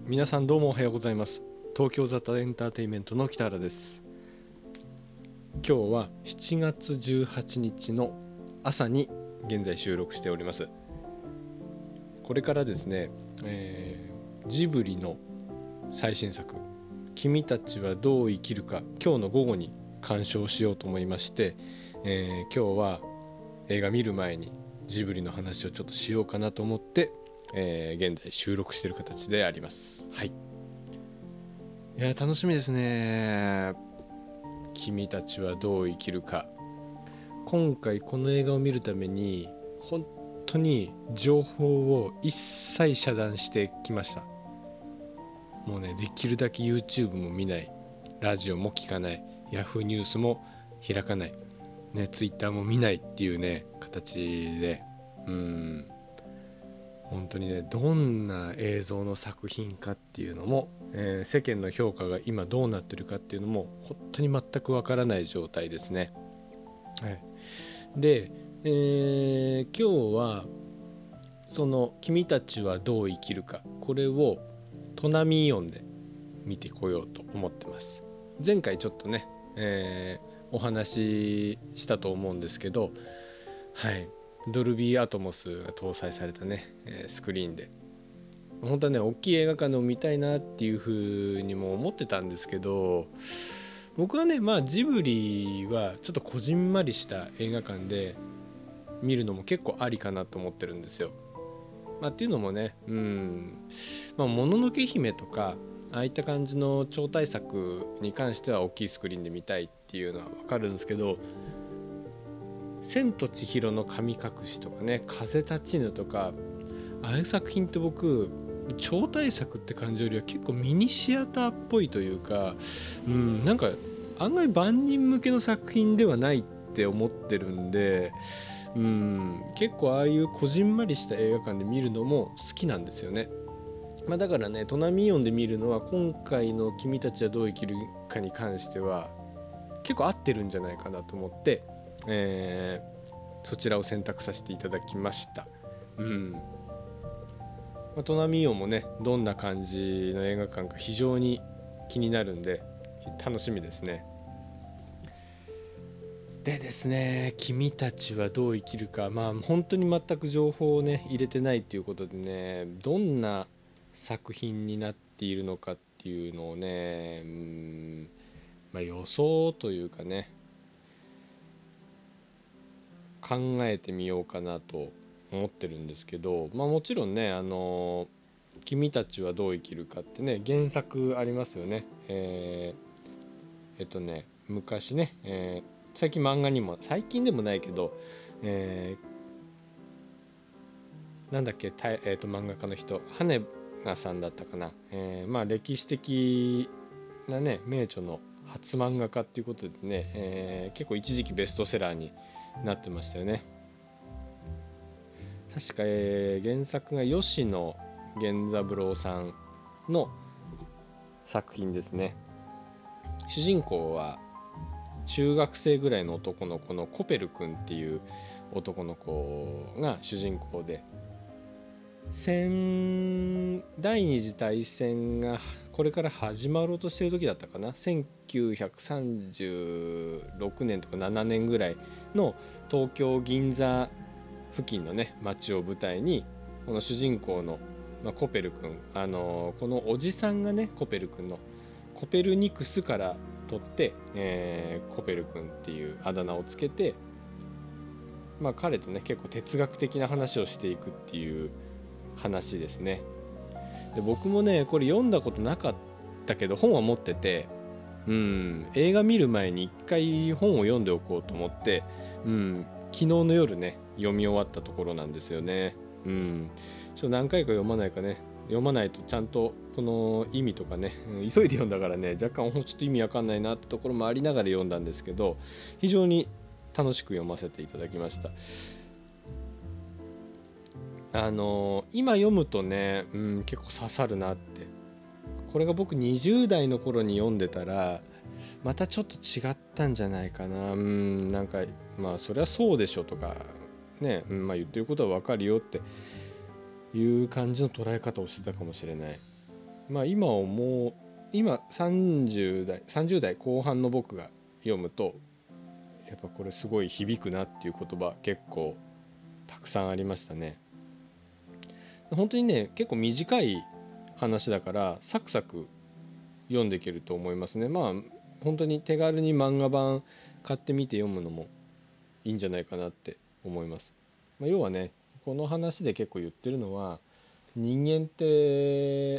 皆さんどうもおはようございます。東京ザタエンターテインメントの北原です。今日は7月18日の朝に現在収録しております。これからですね、ジブリの最新作君たちはどう生きるか、今日の午後に鑑賞しようと思いまして、今日は映画見る前にジブリの話をちょっとしようかなと思って、現在収録している形であります。はい。いや楽しみですね。君たちはどう生きるか。今回この映画を見るために本当に情報を一切遮断してきました。もうね、できるだけ YouTube も見ない、ラジオも聞かない、Yahoo ニュースも開かない、ね、Twitter も見ないっていうね形で、本当にね、どんな映像の作品かっていうのも、世間の評価が今どうなってるかっていうのも本当に全くわからない状態ですね。はい、で、今日はその君たちはどう生きるか、これをトナミイオンで見てこようと思ってます。前回ちょっとね、お話ししたと思うんですけど、はい、ドルビーアトモスが搭載されたね、スクリーンで本当はね、大きい映画館でも見たいなっていうふうにも思ってたんですけど、僕はね、ジブリはちょっとこじんまりした映画館で見るのも結構ありかなと思ってるんですよ。っていうのもね、もののけ姫とかああいった感じの超大作に関しては大きいスクリーンで見たいっていうのは分かるんですけど、千と千尋の神隠しとかね、風立ちぬとか、ああいう作品って僕超大作って感じよりは結構ミニシアターっぽいというか、なんか案外万人向けの作品ではないって思ってるんで、結構ああいうこじんまりした映画館で見るのも好きなんですよね。だからね、トナミイオンで見るのは今回の君たちはどう生きるかに関しては結構合ってるんじゃないかなと思って、そちらを選択させていただきました。トナミイオンもね、どんな感じの映画館か非常に気になるんで楽しみですね。でですね、君たちはどう生きるか、本当に全く情報をね入れてないということでね、どんな作品になっているのかっていうのをね、予想というかね、考えてみようかなと思ってるんですけど、もちろんね、君たちはどう生きるかってね、原作ありますよね。昔ね、最近漫画にも、最近でもないけど、なんだっけ、漫画家の人、羽賀さんだったかな、歴史的なね名著の初漫画家っていうことでね、結構一時期ベストセラーになってましたよね。確か、原作が吉野源三郎さんの作品ですね。主人公は中学生ぐらいの男の子のコペル君っていう男の子が主人公で、第二次大戦がこれから始まろうとしている時だったかな、1936年とか7年ぐらいの東京銀座付近のね町を舞台に、この主人公の、コペル君、このおじさんがね、コペル君のコペルニクスから取って、コペル君っていうあだ名をつけて、彼とね結構哲学的な話をしていくっていう話ですね。で、僕もねこれ読んだことなかったけど本は持ってて、映画見る前に一回本を読んでおこうと思って、昨日の夜ね読み終わったところなんですよね。何回か読まないとちゃんとこの意味とかね、急いで読んだからね、若干ちょっと意味わかんないなってところもありながら読んだんですけど、非常に楽しく読ませていただきました。今読むとね、結構刺さるなって。これが僕20代の頃に読んでたらまたちょっと違ったんじゃないかな。なんかそりゃそうでしょとかね、言ってることは分かるよっていう感じの捉え方をしてたかもしれない。 今30代後半の僕が読むとやっぱこれすごい響くなっていう言葉結構たくさんありましたね。本当にね結構短い話だからサクサク読んでいけると思いますね。本当に手軽に漫画版買ってみて読むのもいいんじゃないかなって思います。要はねこの話で結構言ってるのは人間って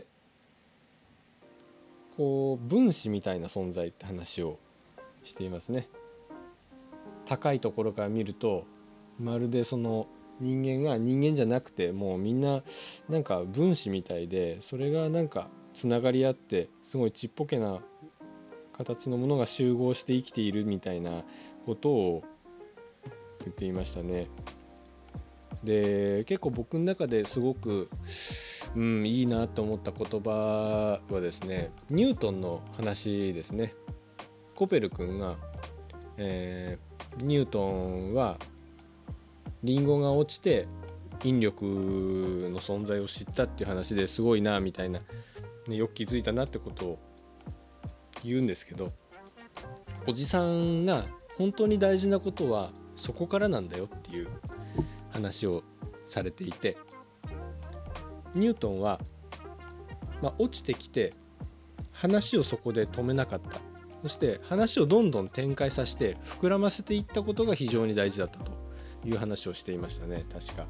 こう分子みたいな存在って話をしていますね。高いところから見るとまるでその人間が人間じゃなくてもうみんななんか分子みたいでそれがなんかつながり合ってすごいちっぽけな形のものが集合して生きているみたいなことを言っていましたね。で結構僕の中ですごくいいなと思った言葉はですねニュートンの話ですね。コペル君が、ニュートンはリンゴが落ちて引力の存在を知ったっていう話ですごいなみたいな、よく気づいたなってことを言うんですけど、おじさんが本当に大事なことはそこからなんだよっていう話をされていて、ニュートンは、落ちてきて話をそこで止めなかった。そして話をどんどん展開させて膨らませていったことが非常に大事だったという話をしていましたね、確か。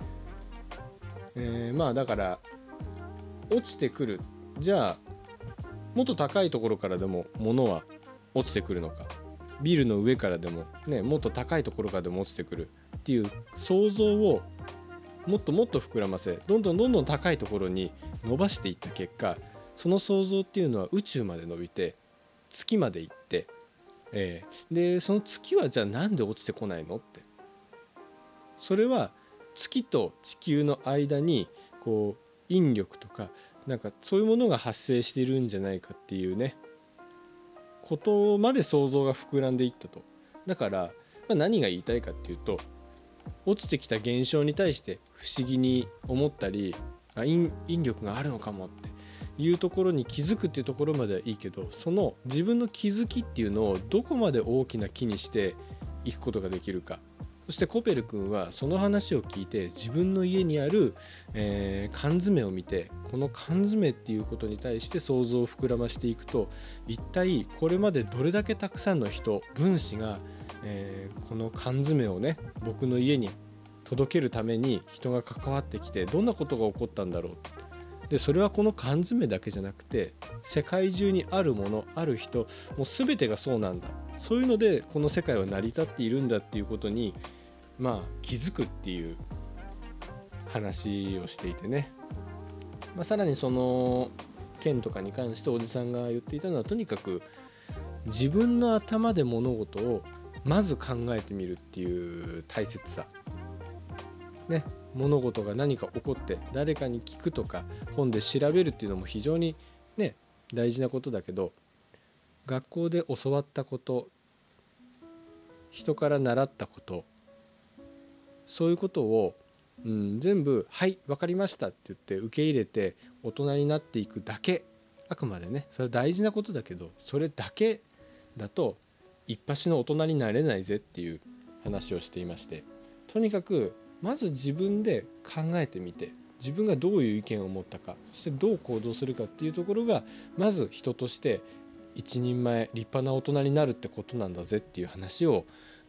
だから落ちてくる、じゃあもっと高いところからでも物は落ちてくるのか、ビルの上からでもねもっと高いところからでも落ちてくるっていう想像をもっともっと膨らませ、どんどん高いところに伸ばしていった結果、その想像っていうのは宇宙まで伸びて月まで行って、でその月はじゃあなんで落ちてこないのって、それは月と地球の間にこう引力とかなんかそういうものが発生しているんじゃないかっていうねことまで想像が膨らんでいったと。だから、何が言いたいかっていうと、落ちてきた現象に対して不思議に思ったり、引力があるのかもっていうところに気づくっていうところまではいいけど、その自分の気づきっていうのをどこまで大きな木にしていくことができるか。そしてコペル君はその話を聞いて自分の家にある、缶詰を見て、この缶詰っていうことに対して想像を膨らましていくと、一体これまでどれだけたくさんの人分子が、この缶詰をね僕の家に届けるために人が関わってきてどんなことが起こったんだろう。でそれはこの缶詰だけじゃなくて世界中にあるものある人もう全てがそうなんだ、そういうのでこの世界は成り立っているんだっていうことに気づくっていう話をしていてね、さらにその件とかに関しておじさんが言っていたのは、とにかく自分の頭で物事をまず考えてみるっていう大切さね。物事が何か起こって誰かに聞くとか本で調べるっていうのも非常にね大事なことだけど、学校で教わったこと、人から習ったこと、そういうことを、全部はい分かりましたって言って受け入れて大人になっていくだけ、あくまでねそれは大事なことだけど、それだけだと一発の大人になれないぜっていう話をしていまして、とにかくまず自分で考えてみて、自分がどういう意見を持ったか、そしてどう行動するかっていうところがまず人として一人前立派な大人になるってことなんだぜっていう話を、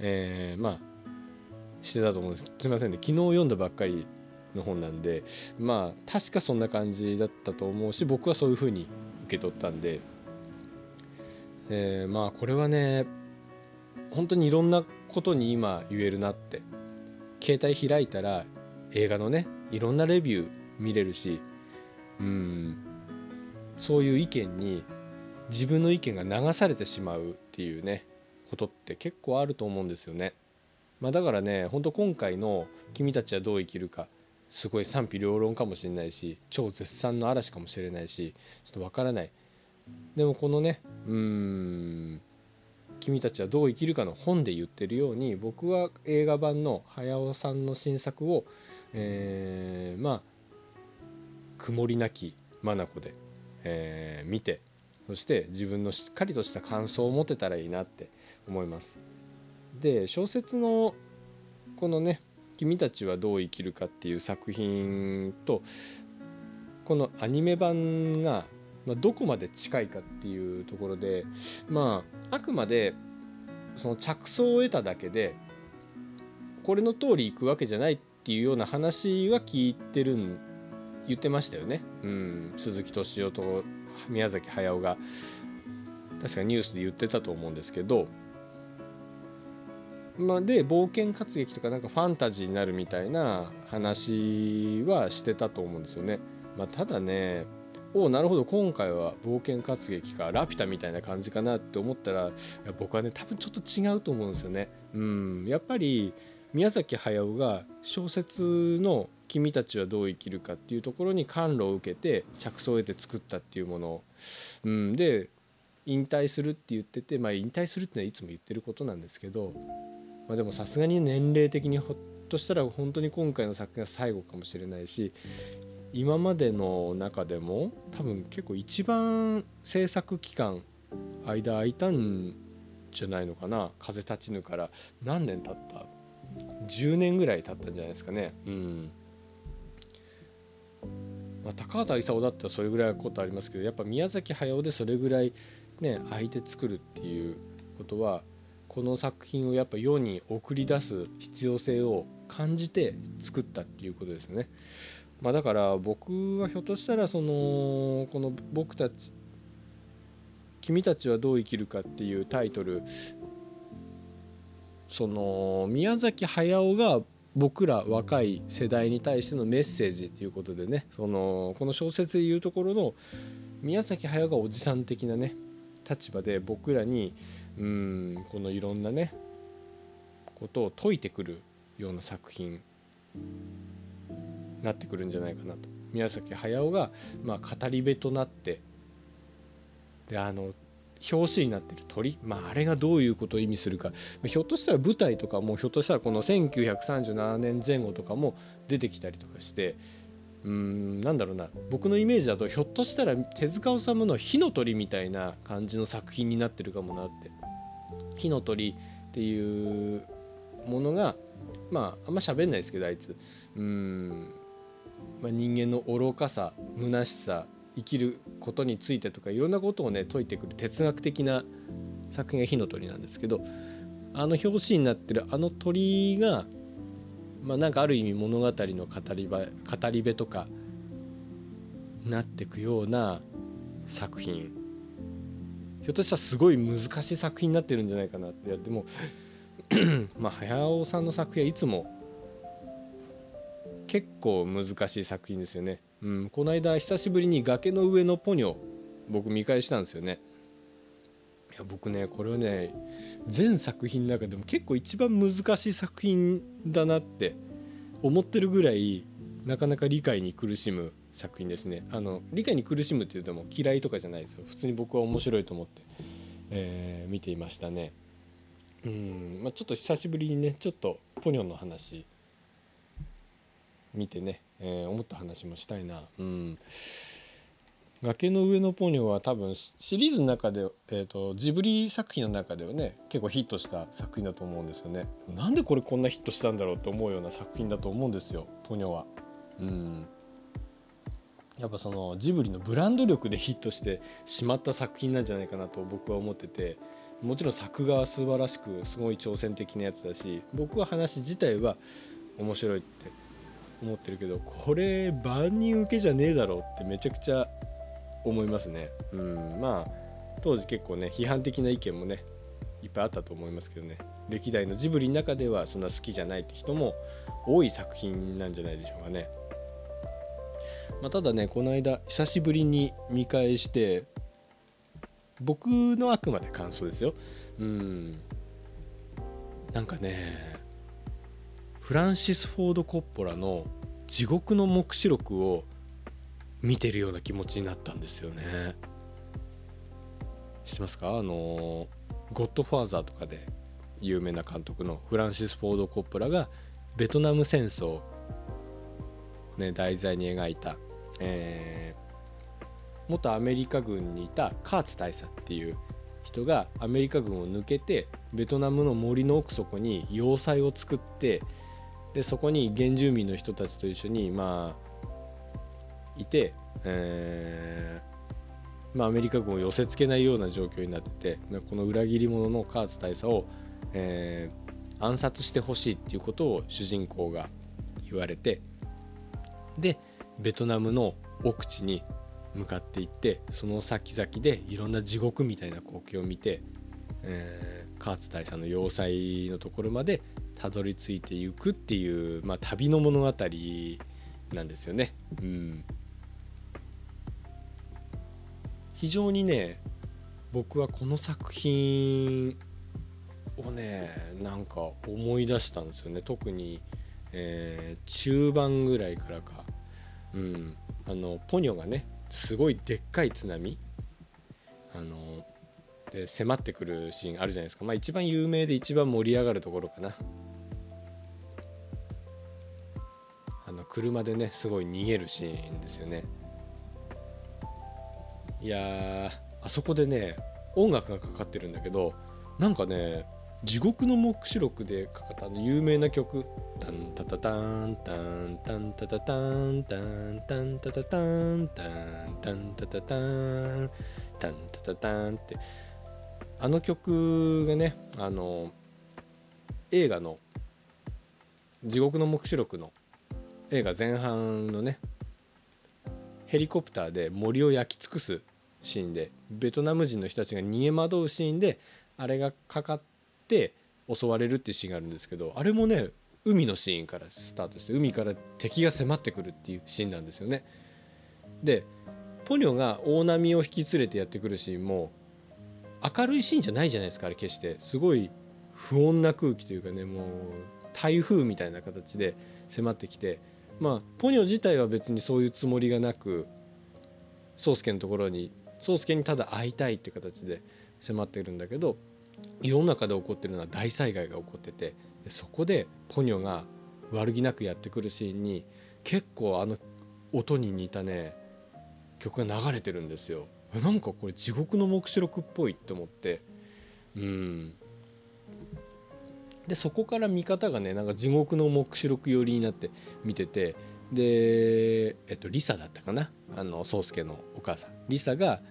してたと思うんです。すいませんね、昨日読んだばっかりの本なんで確かそんな感じだったと思うし、僕はそういうふうに受け取ったんで、これはね本当にいろんなことに今言えるなって。携帯開いたら映画のねいろんなレビュー見れるし、そういう意見に自分の意見が流されてしまうっていうねことって結構あると思うんですよね。だからね本当今回の君たちはどう生きるかすごい賛否両論かもしれないし、超絶賛の嵐かもしれないし、ちょっとわからない。でもこのね君たちはどう生きるかの本で言ってるように、僕は映画版の早尾さんの新作を曇りなき眼で見て、そして自分のしっかりとした感想を持てたらいいなって思います。で、小説のこのね「君たちはどう生きるか」っていう作品とこのアニメ版がどこまで近いかっていうところで、あくまでその着想を得ただけでこれの通りいくわけじゃないっていうような話は言ってましたよね。鈴木敏夫と宮崎駿が確かニュースで言ってたと思うんですけど、で冒険活劇とかなんかファンタジーになるみたいな話はしてたと思うんですよね。ただね、なるほど今回は冒険活劇かラピュタみたいな感じかなって思ったら、僕はね多分ちょっと違うと思うんですよね。やっぱり宮崎駿が小説の「君たちはどう生きるか」っていうところに感露を受けて着想を得て作ったっていうもの、で引退するって言ってて、引退するってのはいつも言ってることなんですけど、でもさすがに年齢的にほっとしたら本当に今回の作品が最後かもしれないし、今までの中でも多分結構一番制作期間間空いたんじゃないのかな。風立ちぬから何年経った、10年ぐらい経ったんじゃないですかね。高畑勲だったらそれぐらいことありますけど、やっぱ宮崎駿でそれぐらいね空いて作るっていうことは、この作品をやっぱ世に送り出す必要性を感じて作ったっていうことですね。だから僕はひょっとしたらこの僕たち君たちはどう生きるかっていうタイトル、宮崎駿が僕ら若い世代に対してのメッセージということでね、この小説でいうところの宮崎駿がおじさん的なね立場で僕らにこのいろんなねことを説いてくるような作品になってくるんじゃないかなと。宮崎駿が語り部となって、で表紙になってる鳥、あれがどういうことを意味するか、ひょっとしたら舞台とかもひょっとしたらこの1937年前後とかも出てきたりとかして、なんだろうな、僕のイメージだとひょっとしたら手塚治虫の火の鳥みたいな感じの作品になってるかもなって。火の鳥っていうものがあんま喋んないですけど、あいつ人間の愚かさ、虚しさ、生きることについてとかいろんなことをね説いてくる哲学的な作品が火の鳥なんですけど、表紙になってる鳥がなんかある意味物語の語り部とかなってくような作品、ひょっとしたらすごい難しい作品になってるんじゃないかなって。でも駿さんの作品はいつも結構難しい作品ですよね。この間久しぶりに崖の上のポニョ僕見返したんですよね。いや僕ねこれはね全作品の中でも結構一番難しい作品だなって思ってるぐらい、なかなか理解に苦しむ作品ですね。理解に苦しむっていうのも嫌いとかじゃないですよ。普通に僕は面白いと思って、見ていましたね。ちょっと久しぶりにねちょっとポニョの話見てね、思った話もしたいな。崖の上のポニョは多分シリーズの中で、ジブリ作品の中ではね結構ヒットした作品だと思うんですよね。なんでこれこんなヒットしたんだろうと思うような作品だと思うんですよ、ポニョは。やっぱそのジブリのブランド力でヒットしてしまった作品なんじゃないかなと僕は思ってて、もちろん作画は素晴らしくすごい挑戦的なやつだし、僕は話自体は面白いって思ってるけど、これ万人受けじゃねえだろうってめちゃくちゃ思いますね。当時結構ね批判的な意見もねいっぱいあったと思いますけどね、歴代のジブリの中ではそんな好きじゃないって人も多い作品なんじゃないでしょうかね。ただねこの間久しぶりに見返して僕のあくまで感想ですよ。なんかねフランシス・フォード・コッポラの地獄の黙示録を見てるような気持ちになったんですよね。知ってますか？ゴッドファーザーとかで有名な監督のフランシス・フォード・コッポラがベトナム戦争をね題材に描いた、 元アメリカ軍にいたカーツ大佐っていう人がアメリカ軍を抜けてベトナムの森の奥底に要塞を作って、でそこに原住民の人たちと一緒にいて、アメリカ軍を寄せつけないような状況になってて、この裏切り者のカーツ大佐を、暗殺してほしいっていうことを主人公が言われて、でベトナムの奥地に向かっていって、その先々でいろんな地獄みたいな光景を見て、カーツ大佐の要塞のところまでたどり着いていくっていう、旅の物語なんですよね。非常にね、僕はこの作品をねなんか思い出したんですよね。特に、中盤ぐらいからか、ポニョがねすごいでっかい津波で迫ってくるシーンあるじゃないですか。一番有名で一番盛り上がるところかな。車でねすごい逃げるシーンですよね。いやあそこでね音楽がかかってるんだけど、なんかね地獄の黙示録でかかった有名な曲、タンタタタンタンタンタタタンタンタンタタタンタンタンタタタンタンタタタンって、あの曲がね映画の地獄の黙示録の映画前半のねヘリコプターで森を焼き尽くすシーンで、ベトナム人の人たちが逃げ惑うシーンであれがかかって襲われるっていうシーンがあるんですけど、あれもね海のシーンからスタートして、海から敵が迫ってくるっていうシーンなんですよね。でポニョが大波を引き連れてやってくるシーンも明るいシーンじゃないじゃないですか。あれ決してすごい不穏な空気というかね、もう台風みたいな形で迫ってきて、ポニョ自体は別にそういうつもりがなく、宗介のところに宗介にただ会いたいっていう形で迫ってるんだけど、世の中で起こってるのは大災害が起こってて、そこでポニョが悪気なくやってくるシーンに結構音に似たね曲が流れてるんですよ。なんかこれ地獄の黙示録っぽいって思って、でそこから見方がねなんか地獄の黙示録寄りになって見てて、でリサだったかな、宗介のお母さんリサが、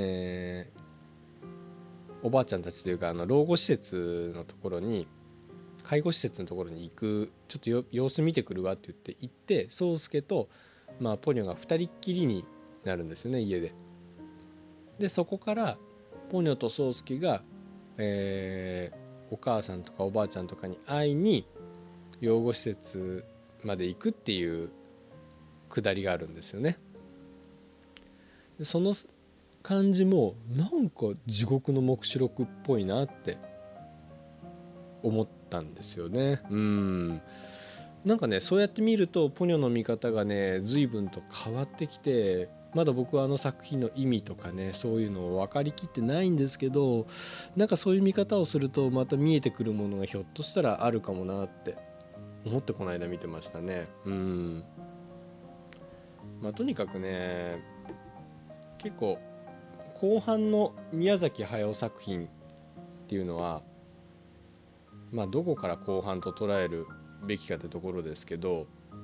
おばあちゃんたちというか老後施設のところに、介護施設のところに行く、ちょっと様子見てくるわって行って宗介と、ポニョが2人っきりになるんですよね、家で。でそこからポニョと宗介が、お母さんとかおばあちゃんとかに会いに養護施設まで行くっていうくだりがあるんですよね。でその感じもなんか地獄の黙示録っぽいなって思ったんですよね。なんかねそうやって見るとポニョの見方がね随分と変わってきて、まだ僕は作品の意味とかねそういうのを分かりきってないんですけど、なんかそういう見方をするとまた見えてくるものがひょっとしたらあるかもなって思ってこの間見てましたね。とにかくね結構後半の宮崎駿作品っていうのはどこから後半と捉えるべきかってところですけど、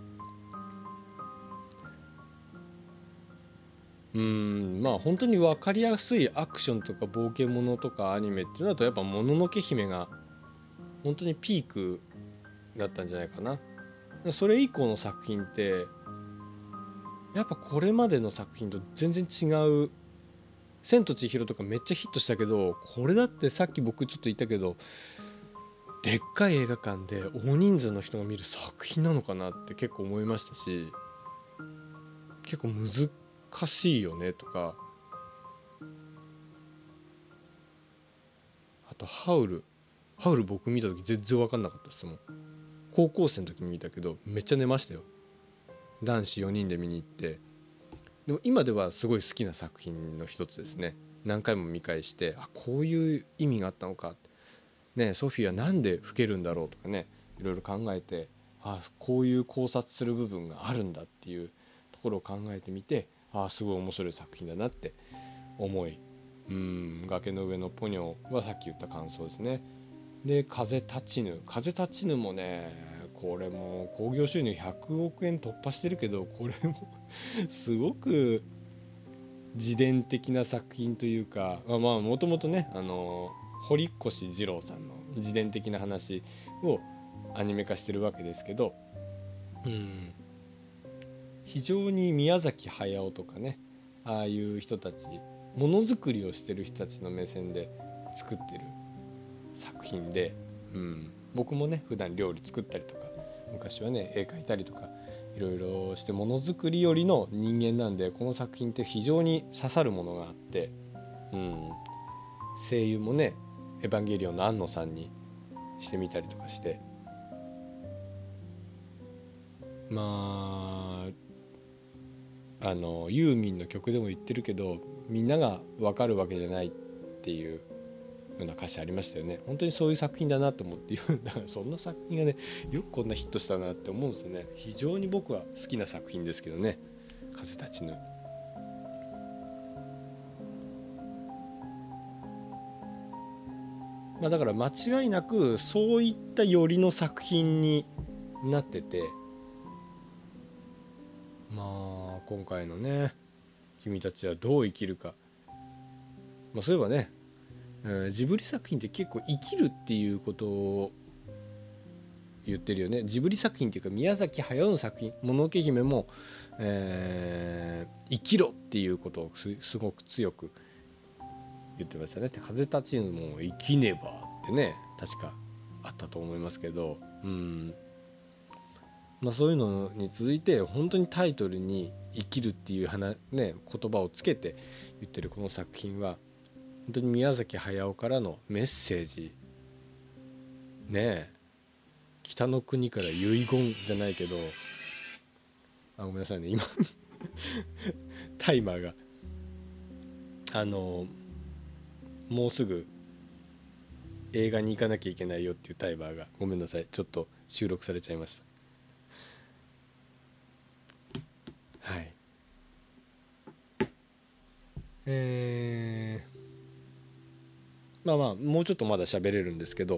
本当に分かりやすいアクションとか冒険ものとかアニメっていうのだとやっぱもののけ姫が本当にピークだったんじゃないかな。それ以降の作品ってやっぱこれまでの作品と全然違う。千と千尋とかめっちゃヒットしたけど、これだってさっき僕ちょっと言ったけどでっかい映画館で大人数の人が見る作品なのかなって結構思いましたし、結構難しいよねとか、あとハウル僕見た時全然分かんなかったですもん。高校生の時に見たけどめっちゃ寝ましたよ。男子4人で見に行って。でも今ではすごい好きな作品の一つですね。何回も見返して、こういう意味があったのかね、ソフィーはなんで老けるんだろうとかね、いろいろ考えて、こういう考察する部分があるんだっていうところを考えてみて、 すごい面白い作品だなって思い、崖の上のポニョはさっき言った感想ですね。で風立ちぬもね、これも興行収入100億円突破してるけど、これもすごく自伝的な作品というか、もともとね堀越二郎さんの自伝的な話をアニメ化してるわけですけど、非常に宮崎駿とかね、ああいう人たち、ものづくりをしてる人たちの目線で作ってる作品で、僕もね普段料理作ったりとか、昔はね絵描いたりとかいろいろしてものづくりよりの人間なんで、この作品って非常に刺さるものがあって、声優もねエヴァンゲリオンの庵野さんにしてみたりとかして、ユーミンの曲でも言ってるけど、みんなが分かるわけじゃないっていうような歌詞ありましたよね。本当にそういう作品だなと思って、だからそんな作品がねよくこんなヒットしたなって思うんですよね。非常に僕は好きな作品ですけどね、風立ちぬ。だから間違いなくそういった寄りの作品になってて、今回のね君たちはどう生きるか、そういえばね、ジブリ作品って結構生きるっていうことを言ってるよね。ジブリ作品っていうか宮崎駿の作品、もののけ姫も、生きろっていうことをすごく強く言ってましたね。風立ちぬも生きねばってね確かあったと思いますけど、そういうのに続いて本当にタイトルに生きるっていう言葉をつけて言ってるこの作品は本当に宮崎駿からのメッセージね。北の国から遺言じゃないけど、ごめんなさいね今タイマーがもうすぐ映画に行かなきゃいけないよっていうタイマーが、ごめんなさい、ちょっと収録されちゃいました。はい。もうちょっとまだ喋れるんですけど、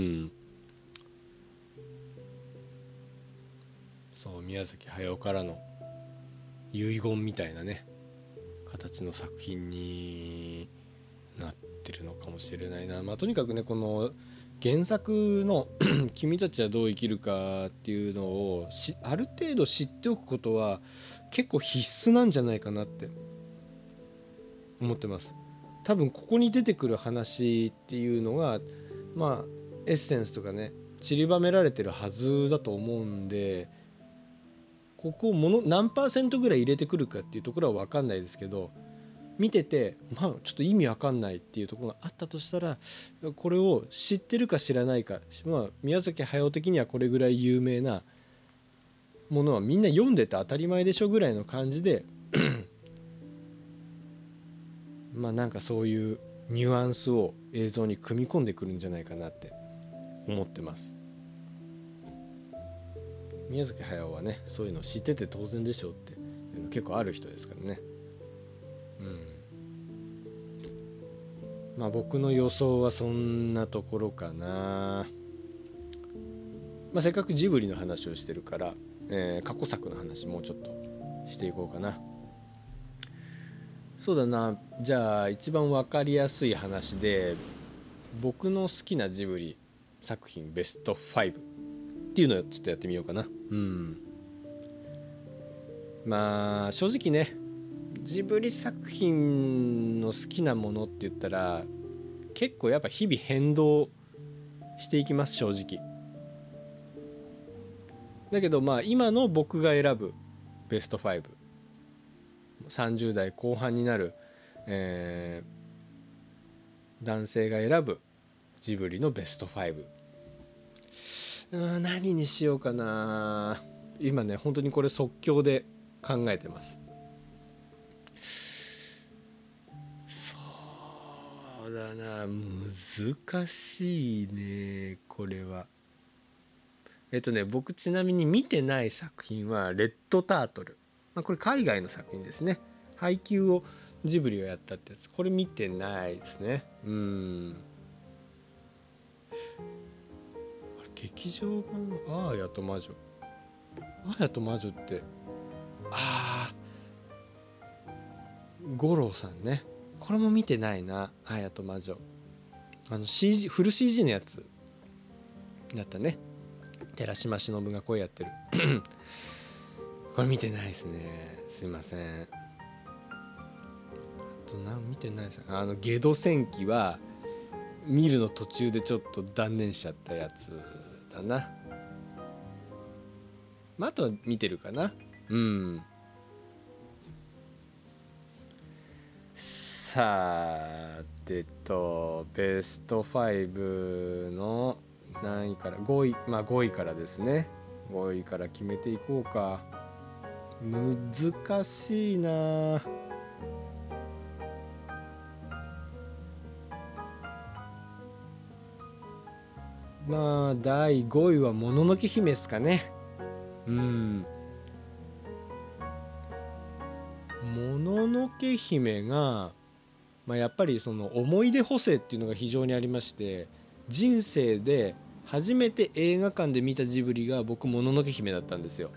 そう宮崎駿からの遺言みたいなね形の作品になってるのかもしれないな。とにかくねこの原作の「君たちはどう生きるか」っていうのをある程度知っておくことは結構必須なんじゃないかなって思ってます。多分ここに出てくる話っていうのがエッセンスとかね散りばめられてるはずだと思うんで、ここを何%ぐらい入れてくるかっていうところは分かんないですけど、見ててちょっと意味分かんないっていうところがあったとしたら、これを知ってるか知らないか、宮崎駿的にはこれぐらい有名なものはみんな読んでて当たり前でしょぐらいの感じでなんかそういうニュアンスを映像に組み込んでくるんじゃないかなって思ってます。宮崎駿はねそういうの知ってて当然でしょっていうの結構ある人ですからね。僕の予想はそんなところかな。せっかくジブリの話をしてるから、過去作の話もうちょっとしていこうかな。そうだな、じゃあ一番分かりやすい話で僕の好きなジブリ作品ベスト5っていうのをちょっとやってみようかな。正直ねジブリ作品の好きなものって言ったら結構やっぱ日々変動していきます、正直。だけど今の僕が選ぶベスト5、30代後半になる、男性が選ぶジブリのベスト5、何にしようかな。今ね本当にこれ即興で考えてます。そうだな、難しいねこれは。僕ちなみに見てない作品はレッドタートル、これ海外の作品ですね。 配給をジブリがやったってやつ、これ見てないですね。劇場版アーヤと魔女、アーヤと魔女って、五郎さんね、これも見てないな。アーヤと魔女、CG フル CG のやつだったね。寺島しのぶが声やってるこれ見てないですね、すいません。あと見てないです。ゲド戦記は見るの途中でちょっと断念しちゃったやつだな。あとは見てるかな。さてベスト5の何位から5位、5位からですね。5位から決めていこうか。難しいな。第5位はもののけ姫ですかね。もののけ姫が、やっぱりその思い出補正っていうのが非常にありまして、人生で初めて映画館で見たジブリが僕もののけ姫だったんですよ。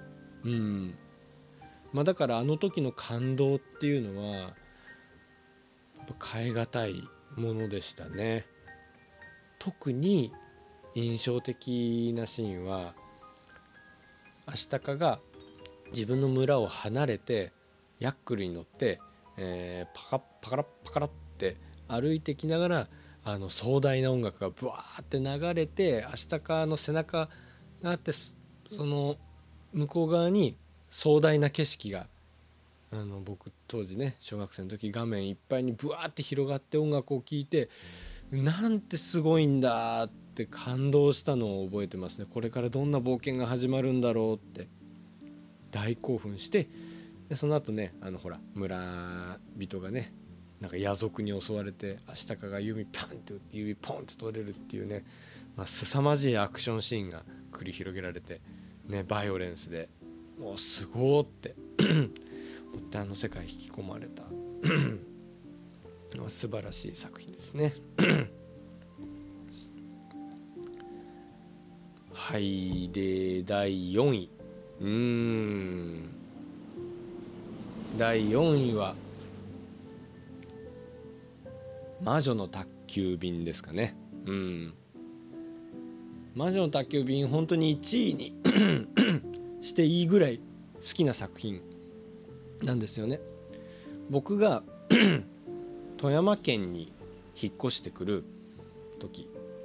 だからあの時の感動っていうのはやっぱ変え難いものでしたね。特に印象的なシーンは、アシタカが自分の村を離れてヤックルに乗って、パカラパカラって歩いてきながら壮大な音楽がブワーって流れて、アシタカの背中があって、その向こう側に壮大な景色が僕当時ね小学生の時画面いっぱいにブワーって広がって音楽を聴いて、なんてすごいんだって感動したのを覚えてますね。これからどんな冒険が始まるんだろうって大興奮して、でその後ね村人がねなんか野族に襲われて、アシタカが指ポンって取れるっていうね、凄まじいアクションシーンが繰り広げられてね、バイオレンスでもうすごーって思って世界引き込まれた素晴らしい作品ですねはいで第4位第4位は魔女の宅急便ですかね。魔女の宅急便本当に1位にしていいぐらい好きな作品なんですよね。僕が富山県に引っ越してくる時、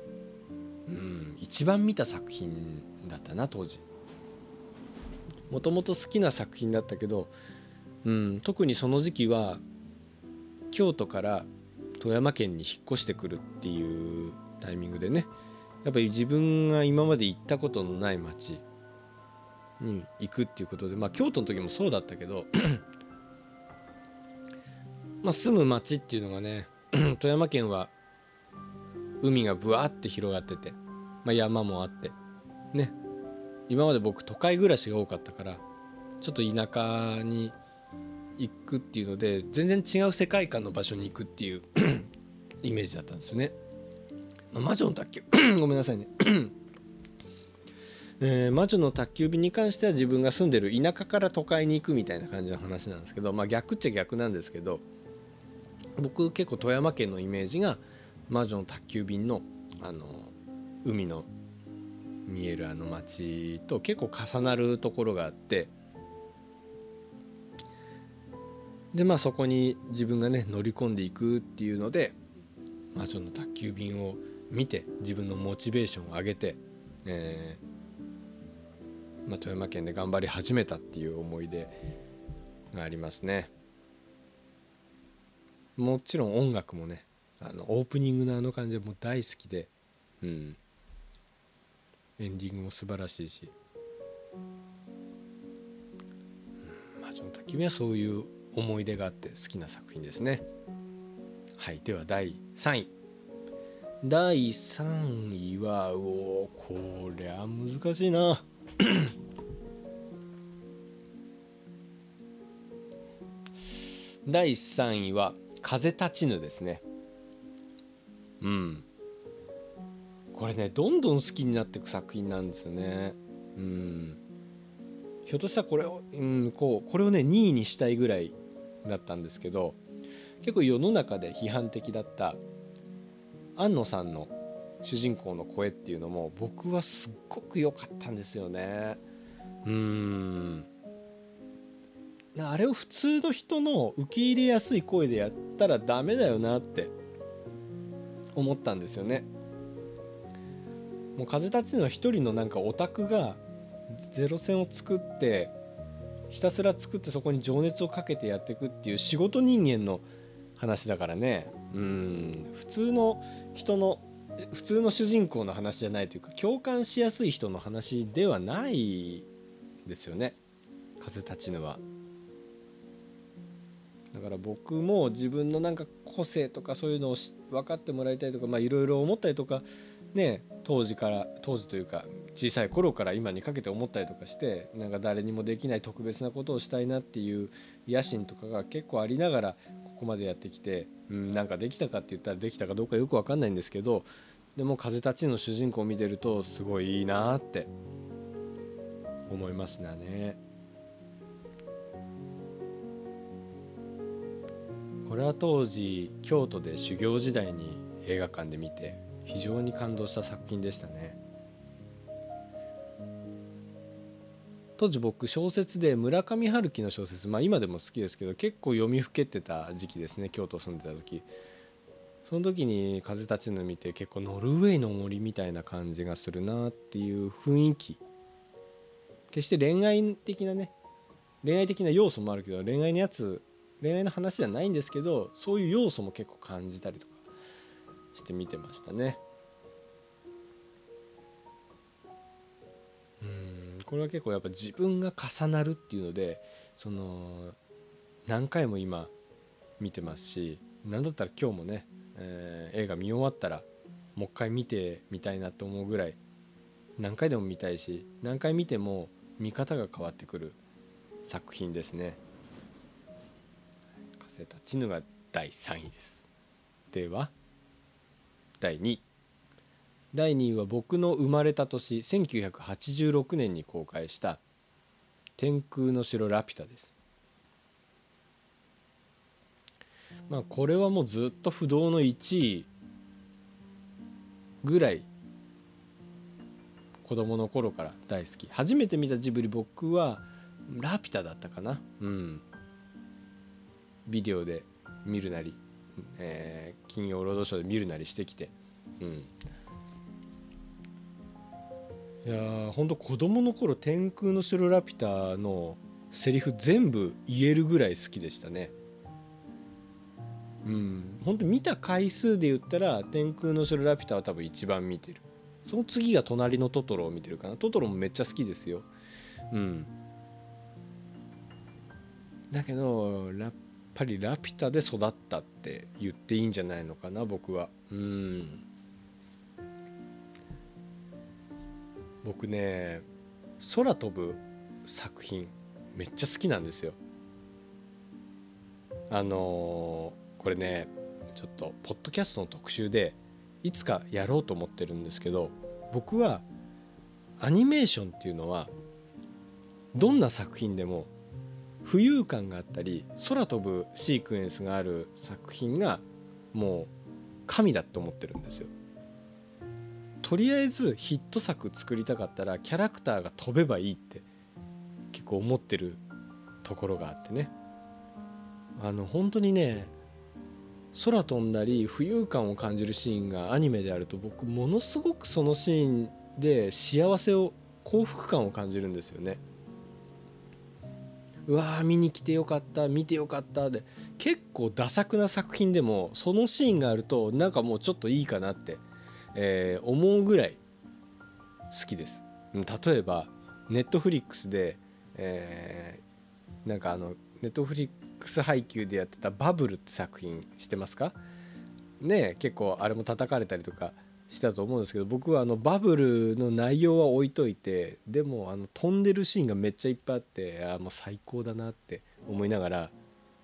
一番見た作品だったな当時。もともと好きな作品だったけど、特にその時期は京都から富山県に引っ越してくるっていうタイミングでね、やっぱり自分が今まで行ったことのない町に行くっていうことで、京都の時もそうだったけど住む町っていうのがね富山県は海がブワーって広がってて、山もあってね、今まで僕都会暮らしが多かったから、ちょっと田舎に行くっていうので全然違う世界観の場所に行くっていうイメージだったんですよね。魔女の宅急ごめんなさいね魔女の宅急便に関しては自分が住んでる田舎から都会に行くみたいな感じの話なんですけど、逆っちゃ逆なんですけど、僕結構富山県のイメージが魔女の宅急便の海の見える町と結構重なるところがあって、でそこに自分がね乗り込んでいくっていうので、魔女の宅急便を見て自分のモチベーションを上げて、富山県で頑張り始めたっていう思い出がありますね。もちろん音楽もねオープニングの感じはもう大好きで、エンディングも素晴らしいし、魔女の宅急便はそういう思い出があって好きな作品ですね。はい、では第3位。第3位はこりゃ難しいな第3位は風立ちぬですね。これねどんどん好きになっていく作品なんですよね。ひょっとしたらこれをね2位にしたいぐらいだったんですけど、結構世の中で批判的だった庵野さんの主人公の声っていうのも僕はすっごく良かったんですよね。あれを普通の人の受け入れやすい声でやったらダメだよなって思ったんですよね。もう風立ちぬは一人のなんかオタクがゼロ戦を作ってひたすら作ってそこに情熱をかけてやっていくっていう仕事人間の話だからね。普通の主人公の話じゃないというか、共感しやすい人の話ではないですよね、風立ちぬは。だから僕も自分のなんか個性とかそういうのを分かってもらいたいとか、いろいろ思ったりとかね、当時というか小さい頃から今にかけて思ったりとかして、なんか誰にもできない特別なことをしたいなっていう野心とかが結構ありながらここまでやってきて、なんかできたかって言ったらできたかどうかよく分かんないんですけど、でも風立ちぬの主人公を見てるとすごいいいなって思いますね。これは当時京都で修行時代に映画館で見て非常に感動した作品でしたね。当時僕小説で村上春樹の小説、今でも好きですけど結構読みふけてた時期ですね、京都住んでた時。その時に風立ちぬ見て結構ノルウェーの森みたいな感じがするなっていう雰囲気、決して恋愛的な要素もあるけど恋愛の話じゃないんですけど、そういう要素も結構感じたりとかして見てましたね。これは結構やっぱ自分が重なるっていうので何回も今見てますし、何だったら今日もね、映画見終わったらもう一回見てみたいなと思うぐらい何回でも見たいし、何回見ても見方が変わってくる作品ですね。風立ちぬが第3位です。では第2位は僕の生まれた年1986年に公開した天空の城ラピュタです。これはもうずっと不動の1位ぐらい子供の頃から大好き。初めて見たジブリ僕はラピュタだったかな。ビデオで見るなり、金曜ロードショーで見るなりしてきて、いや本当子供の頃天空の城ラピュタのセリフ全部言えるぐらい好きでしたね。本当見た回数で言ったら天空の城ラピュタは多分一番見てる。その次が隣のトトロを見てるかな。トトロもめっちゃ好きですよ。だけどやっぱりラピュタで育ったって言っていいんじゃないのかな、僕は。僕ね空飛ぶ作品めっちゃ好きなんですよ。これねちょっとポッドキャストの特集でいつかやろうと思ってるんですけど、僕はアニメーションっていうのはどんな作品でも浮遊感があったり空飛ぶシークエンスがある作品がもう神だって思ってるんですよ。とりあえずヒット作作りたかったらキャラクターが飛べばいいって結構思ってるところがあってね、本当にね空飛んだり浮遊感を感じるシーンがアニメであると僕ものすごくそのシーンで幸福感を感じるんですよね。うわー見に来てよかった見てよかったで、結構ダ作な作品でもそのシーンがあるとなんかもうちょっといいかなって、思うぐらい好きです。例えばネットフリックスで、ネットフリックス配給でやってたバブルって作品知ってますかね。結構あれも叩かれたりとかしたと思うんですけど、僕はバブルの内容は置いといて、でも飛んでるシーンがめっちゃいっぱいあってもう最高だなって思いながら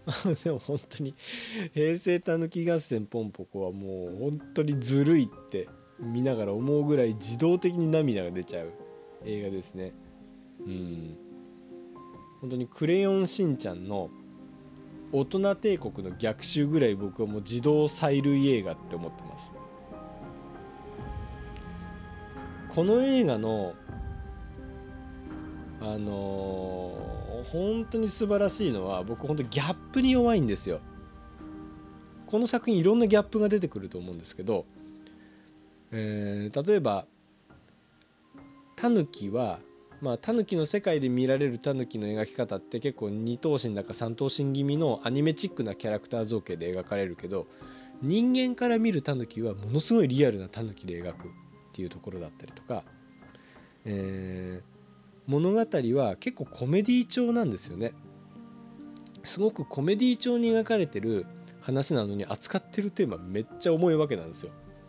でも本当に平成たぬき合戦ポンポコはもう本当にずるいって見ながら思うぐらい自動的に涙が出ちゃう映画ですね。本当にクレヨンしんちゃんの大人帝国の逆襲ぐらい僕はもう自動催涙映画って思ってます。この映画の本当に素晴らしいのは、僕本当ギャップに弱いんですよ。この作品いろんなギャップが出てくると思うんですけど、例えばタヌキはタヌキの世界で見られるタヌキの描き方って結構二頭身だか三頭身気味のアニメチックなキャラクター造形で描かれるけど、人間から見るタヌキはものすごいリアルなタヌキで描くっていうところだったりとか、物語は結構コメディ調なんですよね。すごくコメディ調に描かれてる話なのに扱ってるテーマめっちゃ重いわけなんですよ。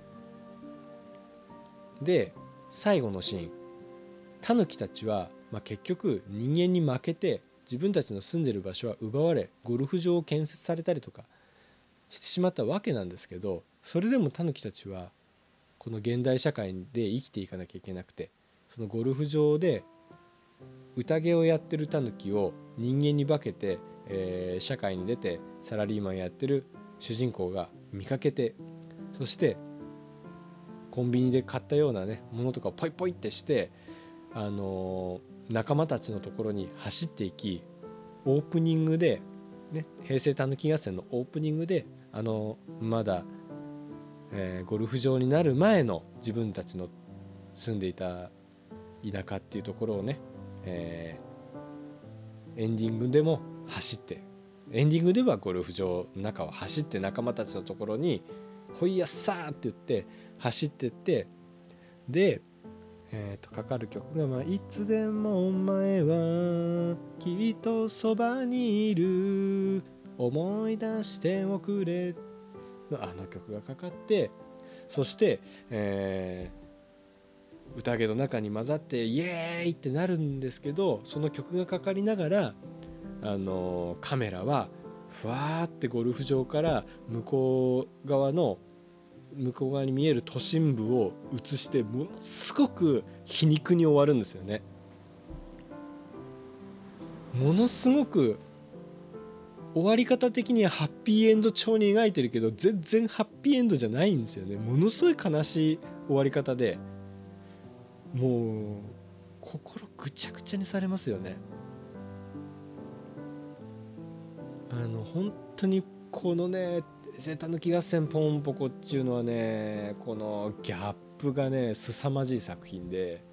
で最後のシーン、タヌキたちは、結局人間に負けて自分たちの住んでる場所は奪われ、ゴルフ場を建設されたりとかしてしまったわけなんですけど、それでもタヌキたちはこの現代社会で生きていかなきゃいけなくて、そのゴルフ場で宴をやってるタヌキを人間に化けて、社会に出てサラリーマンやってる主人公が見かけて、そしてコンビニで買ったようなねものとかをポイポイってして、仲間たちのところに走っていき、オープニングで、ね、平成たぬき合戦のオープニングでまだ、ゴルフ場になる前の自分たちの住んでいた田舎っていうところをね、エンディングでも走って、エンディングではゴルフ場の中を走って仲間たちのところにほいやっさーって言って走ってって、でかかる曲が、いつでもお前はきっとそばにいる、思い出しておくれの曲がかかって、そして、宴の中に混ざってイエーイってなるんですけど、その曲がかかりながらカメラはふわーってゴルフ場から向こう側に見える都心部を映して、ものすごく皮肉に終わるんですよね。ものすごく終わり方的にはハッピーエンド調に描いてるけど、全然ハッピーエンドじゃないんですよね。ものすごい悲しい終わり方で、もう心ぐちゃぐちゃにされますよね。本当にこのね生たぬき合戦ポンポコっていうのはね、このギャップがね凄まじい作品で、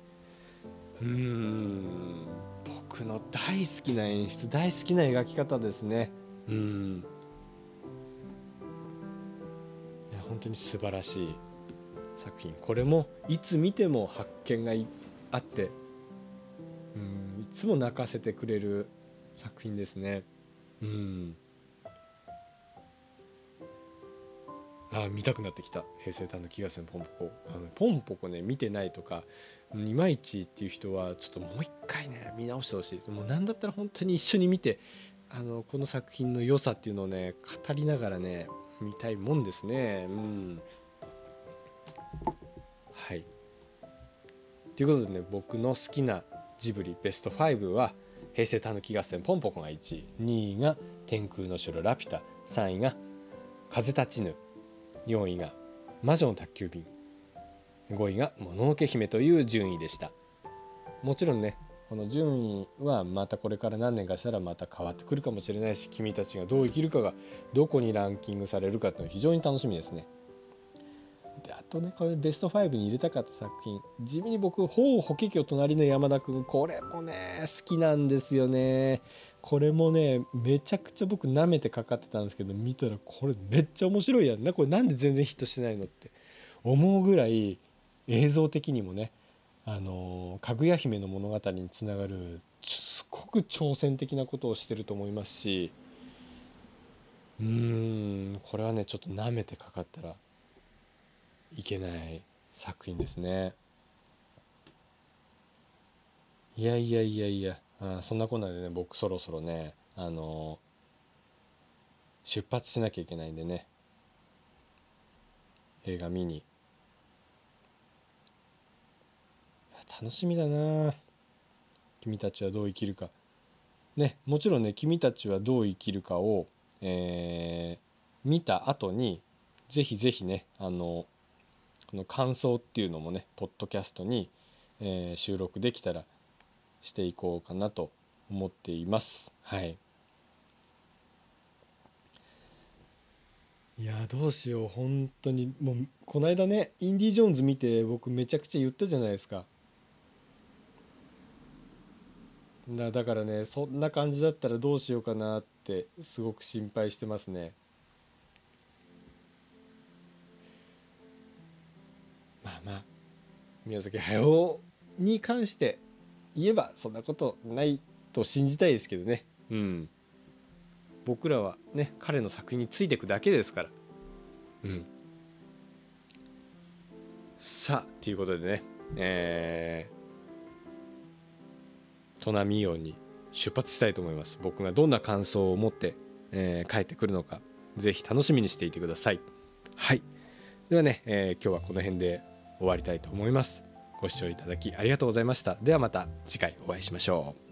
僕の大好きな演出、大好きな描き方ですね。いや本当に素晴らしい作品。これもいつ見ても発見があって、いつも泣かせてくれる作品ですね。見たくなってきた。平成たぬき合戦ポンポコ。ポンポコね見てないとかいまいちっていう人はちょっともう一回ね見直してほしい。もう何だったら本当に一緒に見てこの作品の良さっていうのをね語りながらね見たいもんですね。はい。ということでね、僕の好きなジブリベスト5は平成たぬき合戦ポンポコが1位、2位が天空の城ラピュタ、3位が風立ちぬ、4位が魔女の宅急便、5位がもののけ姫という順位でした。もちろんねこの順位はまたこれから何年かしたらまた変わってくるかもしれないし、君たちがどう生きるかがどこにランキングされるかというのは非常に楽しみですね。であとねこれベスト5に入れたかった作品、地味に僕法法華経隣の山田くん、これもね好きなんですよね。これもねめちゃくちゃ僕舐めてかかってたんですけど、見たらこれめっちゃ面白いやんな、これなんで全然ヒットしてないのって思うぐらい映像的にもねかぐや姫の物語につながるすごく挑戦的なことをしてると思いますし、これはねちょっと舐めてかかったらいけない作品ですね。いやそんなこんなでね僕そろそろね出発しなきゃいけないんでね、映画見に。楽しみだな。君たちはどう生きるかね。もちろんね、君たちはどう生きるかを、見た後にぜひぜひね、この感想っていうのもねポッドキャストに、収録できたらしていこうかなと思っています。はい。いやどうしよう、本当にもうこの間ねインディ・ジョーンズ見て僕めちゃくちゃ言ったじゃないですか。だからね、そんな感じだったらどうしようかなってすごく心配してますね。まあまあ、宮崎駿に関して言えばそんなことないと信じたいですけどね。うん。僕らはね彼の作品についていくだけですから。うん。さあということでね、トナミイオンに出発したいと思います。僕がどんな感想を持って、帰ってくるのかぜひ楽しみにしていてください。はい。ではね、今日はこの辺で終わりたいと思います。ご視聴いただきありがとうございました。ではまた次回お会いしましょう。